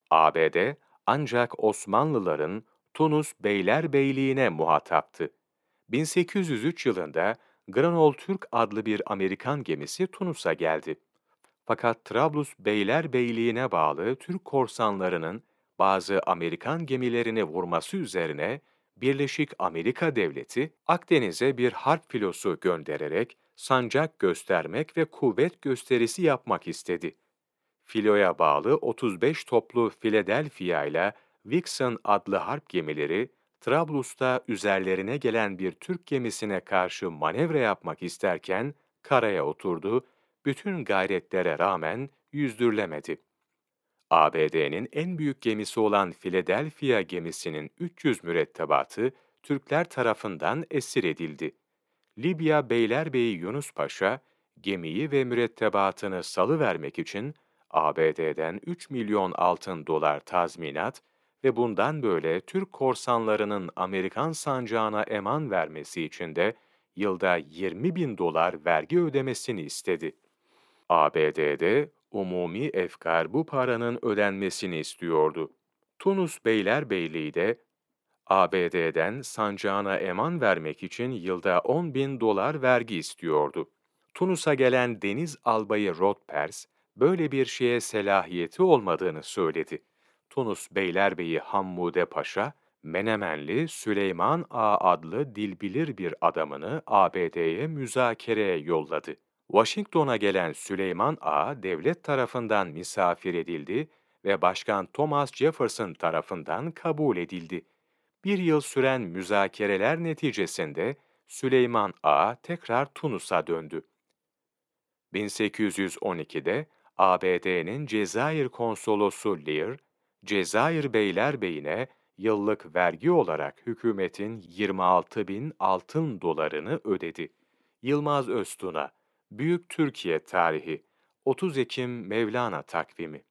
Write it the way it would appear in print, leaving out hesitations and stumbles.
ABD ancak Osmanlıların Tunus Beylerbeyliğine muhataptı. 1803 yılında Granol Türk adlı bir Amerikan gemisi Tunus'a geldi. Fakat Trablus Beylerbeyliğine bağlı Türk korsanlarının bazı Amerikan gemilerini vurması üzerine Birleşik Amerika Devleti Akdeniz'e bir harp filosu göndererek sancak göstermek ve kuvvet gösterisi yapmak istedi. Filoya bağlı 35 toplu Philadelphia ile Vixen adlı harp gemileri, Trablus'ta üzerlerine gelen bir Türk gemisine karşı manevra yapmak isterken karaya oturdu, bütün gayretlere rağmen yüzdürülemedi. ABD'nin en büyük gemisi olan Philadelphia gemisinin 300 mürettebatı Türkler tarafından esir edildi. Libya Beylerbeyi Yunus Paşa, gemiyi ve mürettebatını salıvermek için ABD'den 3 milyon altın dolar tazminat ve bundan böyle Türk korsanlarının Amerikan sancağına eman vermesi için de yılda 20 bin dolar vergi ödemesini istedi. ABD'de umumi efkar bu paranın ödenmesini istiyordu. Tunus Beylerbeyliği de ABD'den sancağına eman vermek için yılda 10 bin dolar vergi istiyordu. Tunus'a gelen deniz albayı Rodpers, böyle bir şeye selahiyeti olmadığını söyledi. Tunus Beylerbeyi Hammude Paşa, Menemenli Süleyman Ağa adlı dilbilir bir adamını ABD'ye müzakereye yolladı. Washington'a gelen Süleyman Ağa, devlet tarafından misafir edildi ve Başkan Thomas Jefferson tarafından kabul edildi. Bir yıl süren müzakereler neticesinde Süleyman Ağa tekrar Tunus'a döndü. 1812'de ABD'nin Cezayir konsolosu Lear, Cezayir Beylerbeyi'ne yıllık vergi olarak hükümetin 26 bin altın dolarını ödedi. Yılmaz Öztun'a, Büyük Türkiye Tarihi, 30 Ekim Mevlana Takvimi.